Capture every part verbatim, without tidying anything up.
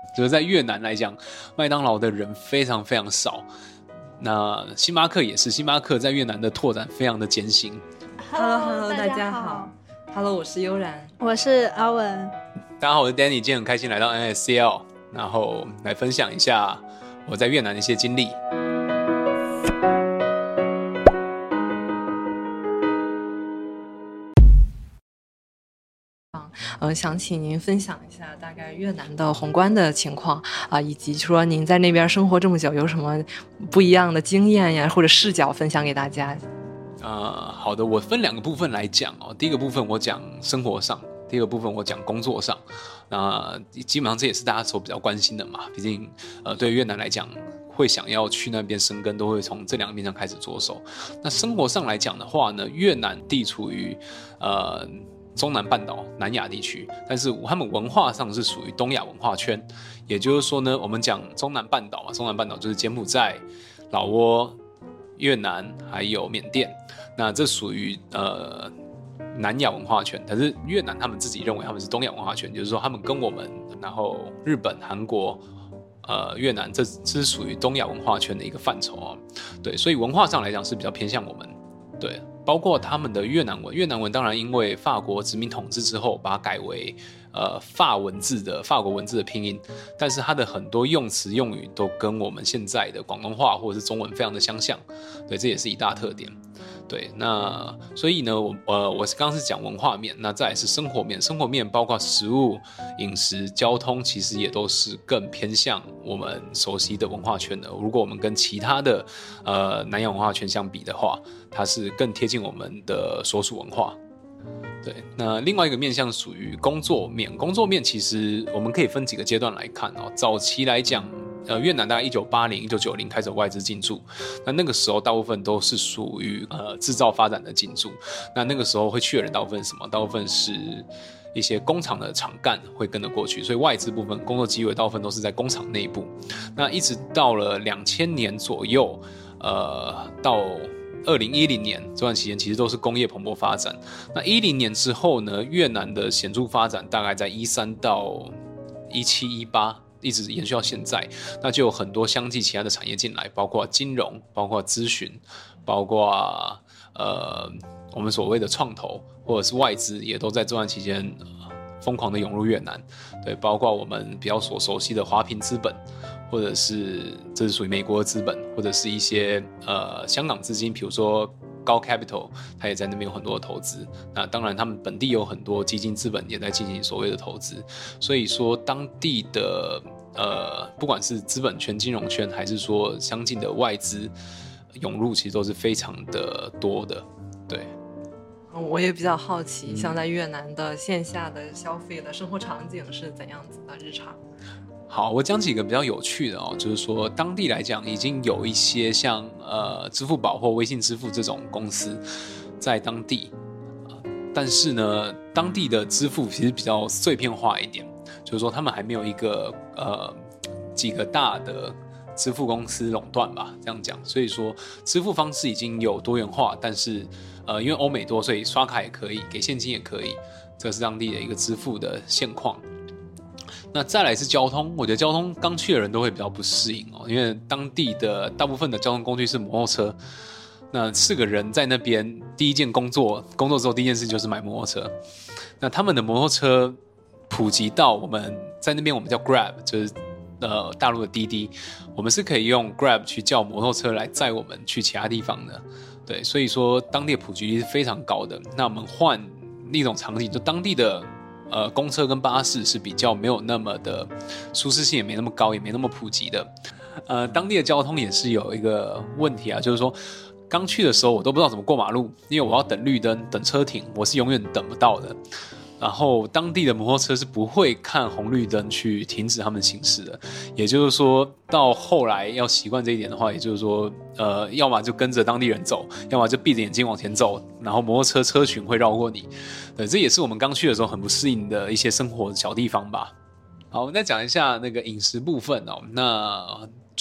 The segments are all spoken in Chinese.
就是在越南来讲，麦当劳的人非常非常少。那星巴克也是，星巴克在越南的拓展非常的艰辛。 Hello Hello， 大家好。Hello， 我是悠然， 我是阿文。 大家好，我是 Danny， 今天很开心来到 N S C L， 然后来分享一下我在越南的一些经历。 呃，想请您分享一下大概越南的宏观的情况啊、呃，以及说您在那边生活这么久，有什么不一样的经验呀，或者视角分享给大家。 呃，好的，我分两个部分来讲哦。第一个部分我讲生活上，第二个部分我讲工作上。那基本上这也是大家所比较关心的嘛，毕竟呃，对越南来讲，会想要去那边生根，都会从这两个面上开始着手。那生活上来讲的话呢，越南地处于呃。中南半岛南亚地区，但是他们文化上是属于东亚文化圈，也就是说呢，我们讲中南半岛啊，中南半岛就是柬埔寨、老挝、越南还有缅甸，那这属于呃南亚文化圈，可是越南他们自己认为他们是东亚文化圈，就是说他们跟我们，然后日本、韩国。呃，越南这这是属于东亚文化圈的一个范畴啊，对，所以文化上来讲是比较偏向我们，对，包括他们的越南文，越南文当然因为法国殖民统治之后，把它改为呃法文字的法国文字的拼音，但是它的很多用词用语都跟我们现在的广东话或者是中文非常的相像，对，这也是一大特点。对，那所以呢，我呃，我是刚刚是讲文化面，那再来是生活面，生活面包括食物、饮食、交通，其实也都是更偏向我们熟悉的文化圈的。如果我们跟其他的呃南亚文化圈相比的话，它是更贴近我们的所属文化。对，那另外一个面向属于工作面，工作面其实我们可以分几个阶段来看哦。早期来讲。呃，越南大概一九八零、一九九零开始有外资进驻，那那个时候大部分都是属于呃制造发展的进驻。那那个时候会去的人大部分是什么？大部分是一些工厂的厂干会跟着过去，所以外资部分工作机会大部分都是在工厂内部。那一直到了两千年左右，呃，到二零一零年这段期间，其实都是工业蓬勃发展。那一零年之后呢，越南的显著发展大概在一三到一七一八。一直延续到现在，那就有很多相继其他的产业进来，包括金融，包括咨询，包括呃我们所谓的创投或者是外资，也都在这段期间、呃、疯狂的涌入越南。对，包括我们比较所熟悉的华平资本，或者是这是属于美国的资本，或者是一些呃香港资金，比如说。高 Capital 它也在那边有很多的投资，那当然他们本地有很多基金资本也在进行所谓的投资，所以说当地的呃不管是资本圈、金融圈，还是说相近的外资涌入，其实都是非常的多的。对， 我也比较好奇，嗯、像在越南的线下的消费的生活场景是怎样子的日常？ 好，我讲几个比较有趣的哦，就是说当地来讲已经有一些像呃支付宝或微信支付这种公司在当地，呃、但是呢，当地的支付其实比较碎片化一点，就是说他们还没有一个呃几个大的支付公司垄断吧，这样讲，所以说支付方式已经有多元化，但是呃因为欧美多，所以刷卡也可以，给现金也可以，这是当地的一个支付的现况。那再来是交通，我觉得交通刚去的人都会比较不适应哦，因为当地的大部分的交通工具是摩托车。那四个人在那边第一件工作，工作之后第一件事就是买摩托车。那他们的摩托车普及到我们在那边我们叫 Grab， 就是呃大陆的滴滴，我们是可以用 Grab 去叫摩托车来载我们去其他地方的。对，所以说当地的普及率是非常高的。那我们换另一种场景，就当地的。呃，公车跟巴士是比较没有那么的舒适性，也没那么高，也没那么普及的。呃，当地的交通也是有一个问题啊，就是说刚去的时候我都不知道怎么过马路，因为我要等绿灯、等车停，我是永远等不到的。然后当地的摩托车是不会看红绿灯去停止他们行驶的，也就是说到后来要习惯这一点的话，也就是说呃，要么就跟着当地人走，要么就闭着眼睛往前走，然后摩托车车群会绕过你。对，这也是我们刚去的时候很不适应的一些生活小地方吧。好，我们再讲一下那个饮食部分哦。那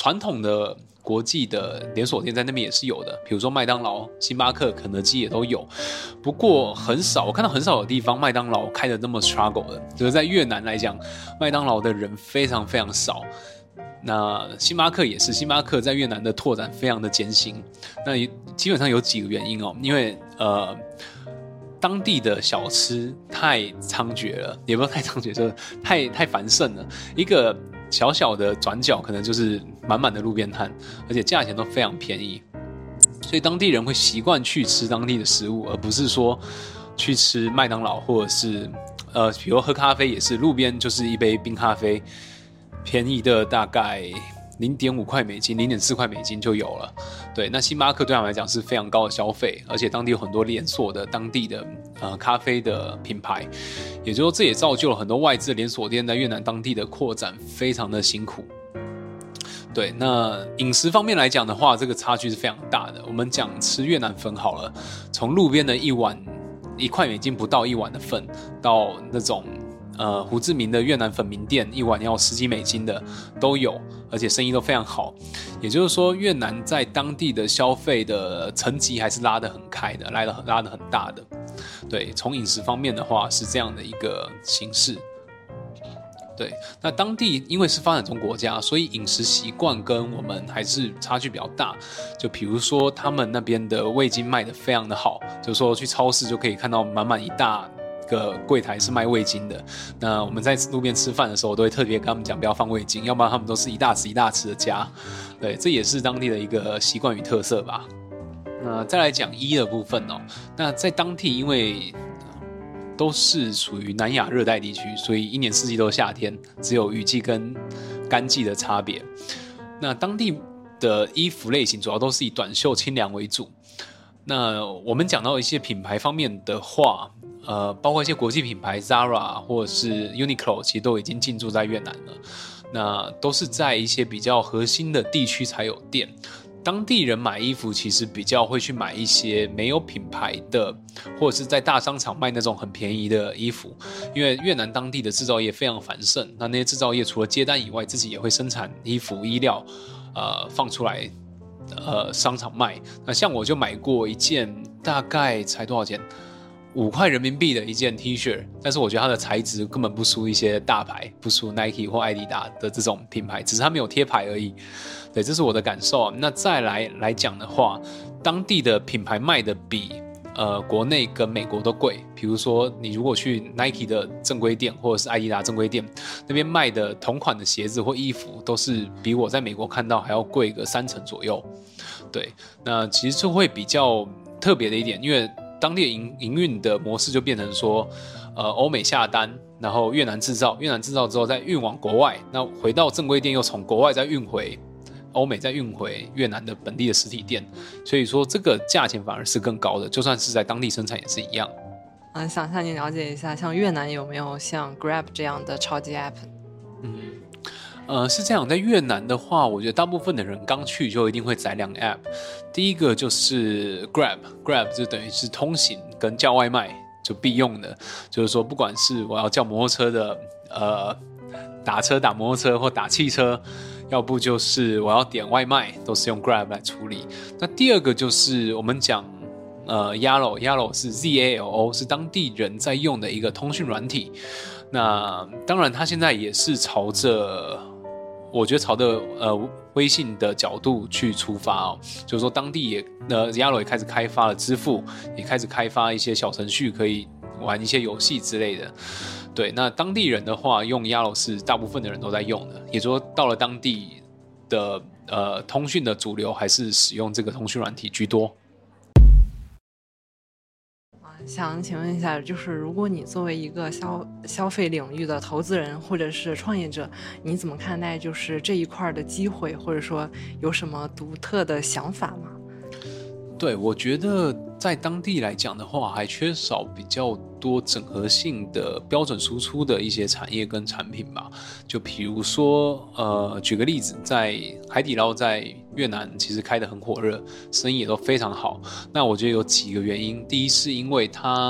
传统的国际的连锁店在那边也是有的，比如说麦当劳、星巴克、肯德基也都有。不过很少，我看到很少有地方麦当劳开的那么 struggle 的，就是在越南来讲，麦当劳的人非常非常少。那星巴克也是，星巴克在越南的拓展非常的艰辛。那基本上有几个原因哦，因为呃，当地的小吃太猖獗了，也不是太猖獗，就是太太繁盛了。一个小小的转角可能就是满满的路边摊，而且价钱都非常便宜，所以当地人会习惯去吃当地的食物，而不是说去吃麦当劳或者是呃，比如喝咖啡也是，路边就是一杯冰咖啡。便宜的大概 零点五块美金 零点四块美金就有了。对，那星巴克对他们来讲是非常高的消费，而且当地有很多连锁的当地的呃咖啡的品牌，也就是说这也造就了很多外资连锁店在越南当地的扩展非常的辛苦。对，那饮食方面来讲的话，这个差距是非常大的。我们讲吃越南粉好了，从路边的一碗一块美金不到一碗的粉，到那种呃，胡志明的越南粉名店一碗要十几美金的都有，而且生意都非常好。也就是说，越南在当地的消费的层级还是拉得很开的，拉得拉得很大的。对，从饮食方面的话是这样的一个形式。对，那当地因为是发展中国家，所以饮食习惯跟我们还是差距比较大。就比如说，他们那边的味精卖得非常的好，就是说去超市就可以看到满满一大个柜台是卖味精的。那我们在路边吃饭的时候，我都会特别跟他们讲不要放味精，要不然他们都是一大匙一大匙的加。对，这也是当地的一个习惯与特色吧。那再来讲衣的部分哦，那在当地因为都是属于南亚热带地区，所以一年四季都是夏天，只有雨季跟干季的差别。那当地的衣服类型主要都是以短袖清凉为主。那我们讲到一些品牌方面的话，呃，包括一些国际品牌 Zara 或者是 Uniqlo 其实都已经进驻在越南了。那都是在一些比较核心的地区才有店。当地人买衣服其实比较会去买一些没有品牌的，或者是在大商场卖那种很便宜的衣服，因为越南当地的制造业非常繁盛，那那些制造业除了接单以外，自己也会生产衣服、衣料，呃，放出来，呃，商场卖。那像我就买过一件，大概才多少钱？五块人民币的一件 T 恤，但是我觉得它的材质根本不输一些大牌，不输 Nike 或艾迪达的这种品牌，只是它没有贴牌而已。对，这是我的感受啊。那再来来讲的话，当地的品牌卖的比呃国内跟美国都贵。比如说，你如果去 Nike 的正规店或者是艾迪达正规店，那边卖的同款的鞋子或衣服，都是比我在美国看到还要贵个三成左右。对，那其实就会比较特别的一点，因为当地的营营运的模式就变成说，呃，欧美下单，然后越南制造，越南制造之后再运往国外，那回到正规店又从国外再运回欧美，再运回越南的本地的实体店，所以说这个价钱反而是更高的，就算是在当地生产也是一样。 嗯，想向你了解一下，像越南有没有像 Grab 这样的超级 App？ 嗯。呃，是这样，在越南的话，我觉得大部分的人刚去就一定会载两个 App。第一个就是 Grab，Grab 就等于是通行跟叫外卖就必用的，就是说不管是我要叫摩托车的，呃，打车打摩托车或打汽车，要不就是我要点外卖，都是用 Grab 来处理。那第二个就是我们讲呃 Yalo，Yalo 是 Z A L O， 是当地人在用的一个通讯软体。那当然，它现在也是朝着我觉得朝着呃微信的角度去出发哦，就是说当地也呃 Yalo 也开始开发了支付，也开始开发一些小程序，可以玩一些游戏之类的。对，那当地人的话，用 Yalo 是大部分的人都在用的，也就是说到了当地的呃通讯的主流还是使用这个通讯软体居多。 想请问一下，就是如果你作为一个消消费领域的投资人或者是创业者，你怎么看待就是这一块的机会，或者说有什么独特的想法吗？ 对，我觉得在当地来讲的话，还缺少比较多整合性的标准输出的一些产业跟产品吧。就比如说，呃，举个例子，在海底捞在越南其实开得很火热，生意也都非常好。那我觉得有几个原因，第一是因为它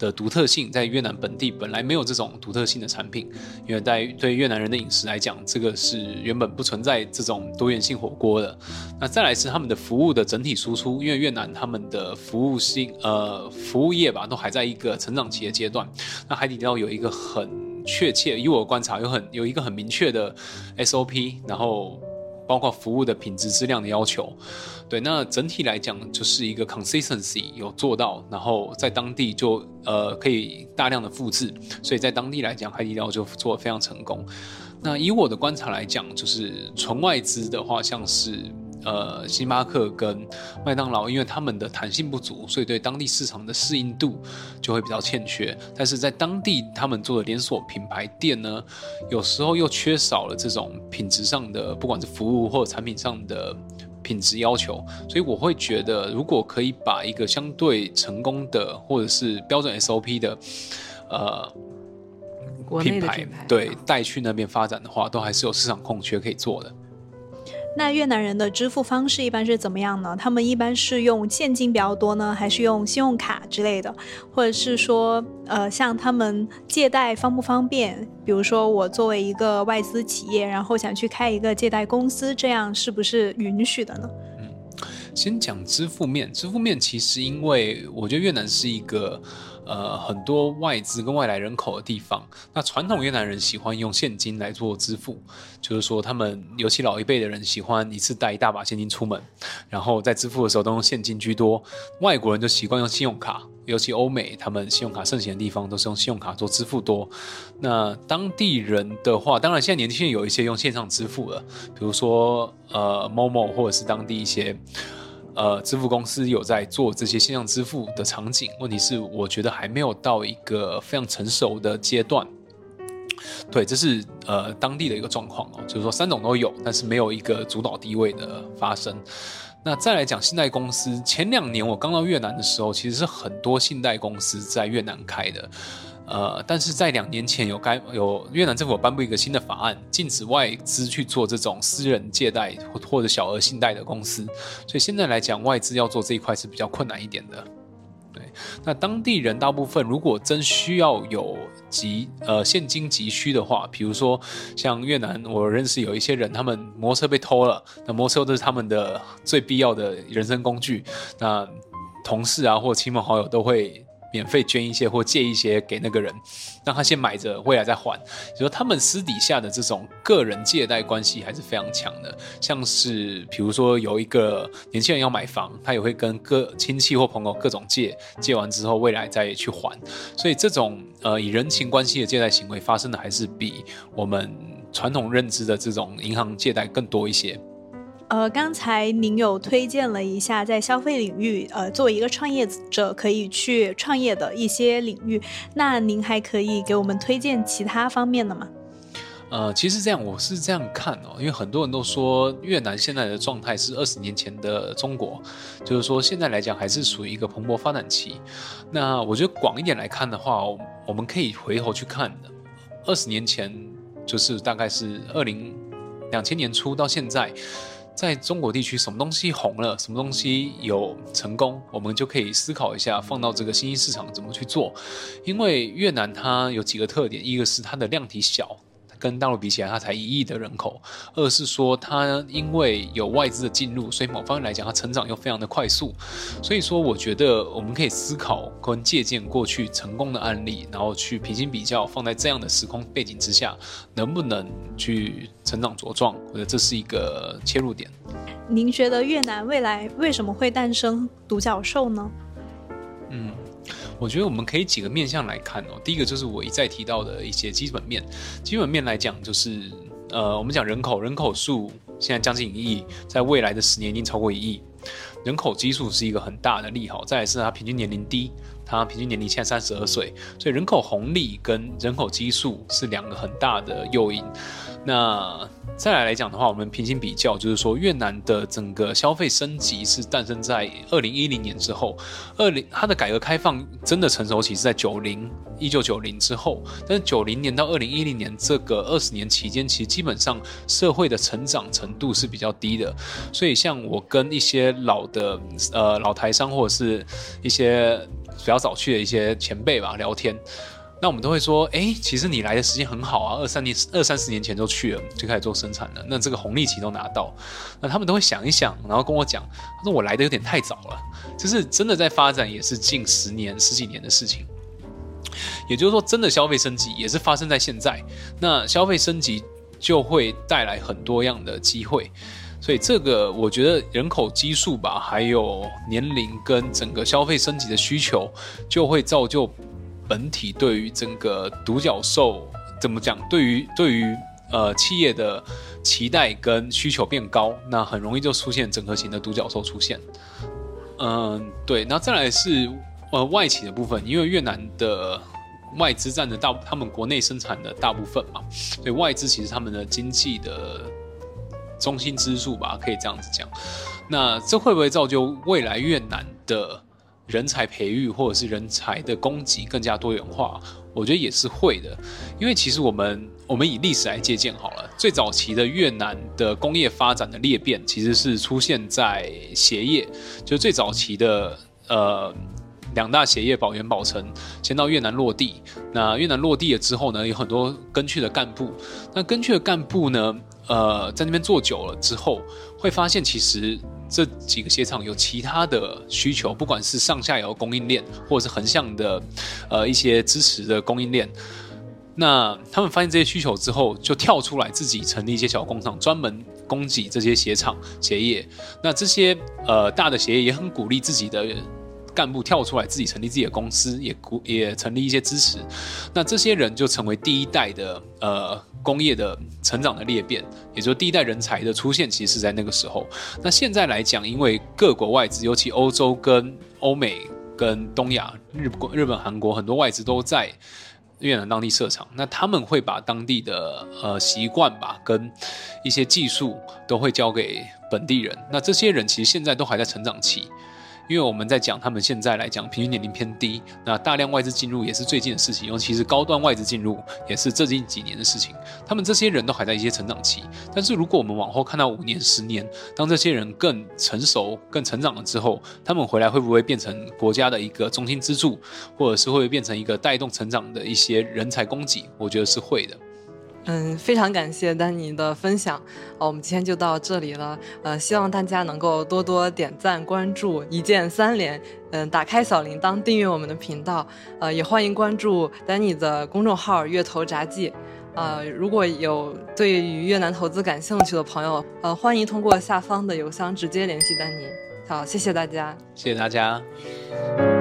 的独特性，在越南本地本来没有这种独特性的产品，因为在对越南人的饮食来讲，这个是原本不存在这种多元性火锅的。那再来是他们的服务的整体输出，因为越南他们的服务性呃服务业吧，都还在一个成长期的阶段。那海底捞有一个很确切，以我的观察，有很有一个很明确的 S O P， 然后包括服务的品质质量的要求。对，那整体来讲就是一个 consistency 有做到，然后在当地就呃可以大量的复制，所以在当地来讲，海底捞就做得非常成功。那以我的观察来讲，就是纯外资的话，像是呃星巴克跟麦当劳，因为他们的弹性不足，所以对当地市场的适应度就会比较欠缺。但是在当地他们做的连锁品牌店呢，有时候又缺少了这种品质上的，不管是服务或者产品上的品质要求，所以我会觉得，如果可以把一个相对成功的或者是标准 S O P 的呃品牌, 品牌对带去那边发展的话，都还是有市场空缺可以做的。 那越南人的支付方式一般是怎么样呢？他们一般是用现金比较多呢，还是用信用卡之类的？或者是说，呃，像他们借贷方不方便？比如说我作为一个外资企业，然后想去开一个借贷公司，这样是不是允许的呢？ 嗯，先讲支付面，支付面其实因为我觉得越南是一个呃很多外资跟外来人口的地方，那传统越南人喜欢用现金来做支付，就是说他们尤其老一辈的人喜欢一次带一大把现金出门，然后在支付的时候都用现金居多，外国人就习惯用信用卡，尤其欧美他们信用卡盛行的地方都是用信用卡做支付多。那当地人的话，当然现在年轻人有一些用线上支付了，比如说呃 Momo 或者是当地一些呃，支付公司有在做这些线上支付的场景，问题是我觉得还没有到一个非常成熟的阶段。对，这是呃当地的一个状况哦，就是说三种都有，但是没有一个主导地位的发生。那再来讲信贷公司，前两年我刚到越南的时候，其实是很多信贷公司在越南开的。呃，但是在两年前有该有越南政府有颁布一个新的法案，禁止外资去做这种私人借贷或或者小额信贷的公司，所以现在来讲，外资要做这一块是比较困难一点的。对，那当地人大部分如果真需要有急呃现金急需的话，比如说像越南，我认识有一些人，他们摩托车被偷了，那摩托车都是他们的最必要的人生工具，那同事啊或亲朋好友都会免费捐一些或借一些给那个人，让他先买着，未来再还。就说他们私底下的这种个人借贷关系还是非常强的，像是比如说有一个年轻人要买房，他也会跟各亲戚或朋友各种借，借完之后未来再去还。所以这种呃以人情关系的借贷行为发生的还是比我们传统认知的这种银行借贷更多一些。 呃，刚才您有推荐了一下在消费领域，呃，作为一个创业者可以去创业的一些领域，那您还可以给我们推荐其他方面的吗？ 呃，其实这样我是这样看哦，因为很多人都说越南现在的状态是二十年前的中国，就是说现在来讲还是属于一个蓬勃发展期。那我觉得广一点来看的话，我们可以回头去看的，二十年前就是大概是二零两千年初到现在。在中国地区什么东西红了，什么东西有成功，我们就可以思考一下放到这个新兴市场怎么去做。因为越南它有几个特点，一个是它的量体小，跟大陆比起来它才一亿的人口，二是说它因为有外资的进入，所以某方面来讲它成长又非常的快速。所以说我觉得我们可以思考跟借鉴过去成功的案例，然后去平行比较，放在这样的时空背景之下能不能去成长茁壮，或者这是一个切入点。 您觉得越南未来为什么会诞生独角兽呢？嗯我觉得我们可以几个面向来看哦。第一个就是我一再提到的一些基本面，基本面来讲就是呃，我们讲人口，人口数现在将近一亿，在未来的十年已经超过一亿，人口基数是一个很大的利好。再来是它平均年龄低，它平均年龄现在三十二岁，所以人口红利跟人口基数是两个很大的诱因。那再来来讲的话，我们平行比较，就是说越南的整个消费升级是诞生在二零一零年之后，二零它的改革开放真的成熟期是在九零一九九零之后，但是九零年到二零一零年这个二十年期间，其实基本上社会的成长程度是比较低的，所以像我跟一些老的呃老台商或者是一些比较早去的一些前辈吧聊天。那我们都会说，哎，其实你来的时间很好啊，二三年、二三十年前就去了，就开始做生产了。那这个红利期都拿到，那他们都会想一想，然后跟我讲，他说我来的有点太早了，就是真的在发展也是近十年、十几年的事情。也就是说，真的消费升级也是发生在现在。那消费升级就会带来很多样的机会，所以这个我觉得人口基数吧，还有年龄跟整个消费升级的需求，就会造就本体对于整个独角兽怎么讲，对于对于呃企业的期待跟需求变高，那很容易就出现整合型的独角兽出现。嗯，对，那再来是呃外企的部分，因为越南的外资占的大，他们国内生产的大部分嘛，所以外资其实他们的经济的中心支柱吧，可以这样子讲。那这会不会造就未来越南的人才培育或者是人才的供给更加多元化？我觉得也是会的，因为其实我们我们以历史来借鉴好了，最早期的越南的工业发展的裂变其实是出现在鞋业，就是最早期的呃。两大鞋业宝源宝成先到越南落地，那越南落地了之后呢，有很多跟去的干部，那跟去的干部呢，呃，在那边做久了之后，会发现其实这几个鞋厂有其他的需求，不管是上下游供应链，或者是横向的呃一些支持的供应链。那他们发现这些需求之后，就跳出来自己成立一些小工厂，专门供给这些鞋厂鞋业。那这些呃大的鞋业也很鼓励自己的干部跳出来自己成立自己的公司，也也成立一些支持。那这些人就成为第一代的呃工业的成长的裂变，也就是第一代人才的出现，其实是在那个时候。那现在来讲，因为各国外资，尤其欧洲跟欧美跟东亚、日日本、韩国很多外资都在越南当地设厂，那他们会把当地的呃习惯吧，跟一些技术都会交给本地人。那这些人其实现在都还在成长期。因为我们在讲他们现在来讲平均年龄偏低，那大量外资进入也是最近的事情，尤其是高端外资进入也是这近几年的事情。他们这些人都还在一些成长期，但是如果我们往后看到五年、十年，当这些人更成熟、更成长了之后，他们回来会不会变成国家的一个中心支柱，或者是会不会变成一个带动成长的一些人才供给？我觉得是会的。 嗯，非常感谢丹尼的分享，哦，我们今天就到这里了。呃，希望大家能够多多点赞、关注，一键三连。嗯，打开小铃铛，订阅我们的频道。呃，也欢迎关注丹尼的公众号“越投札记”。呃，如果有对于越南投资感兴趣的朋友，呃，欢迎通过下方的邮箱直接联系丹尼。好，谢谢大家， 谢谢大家。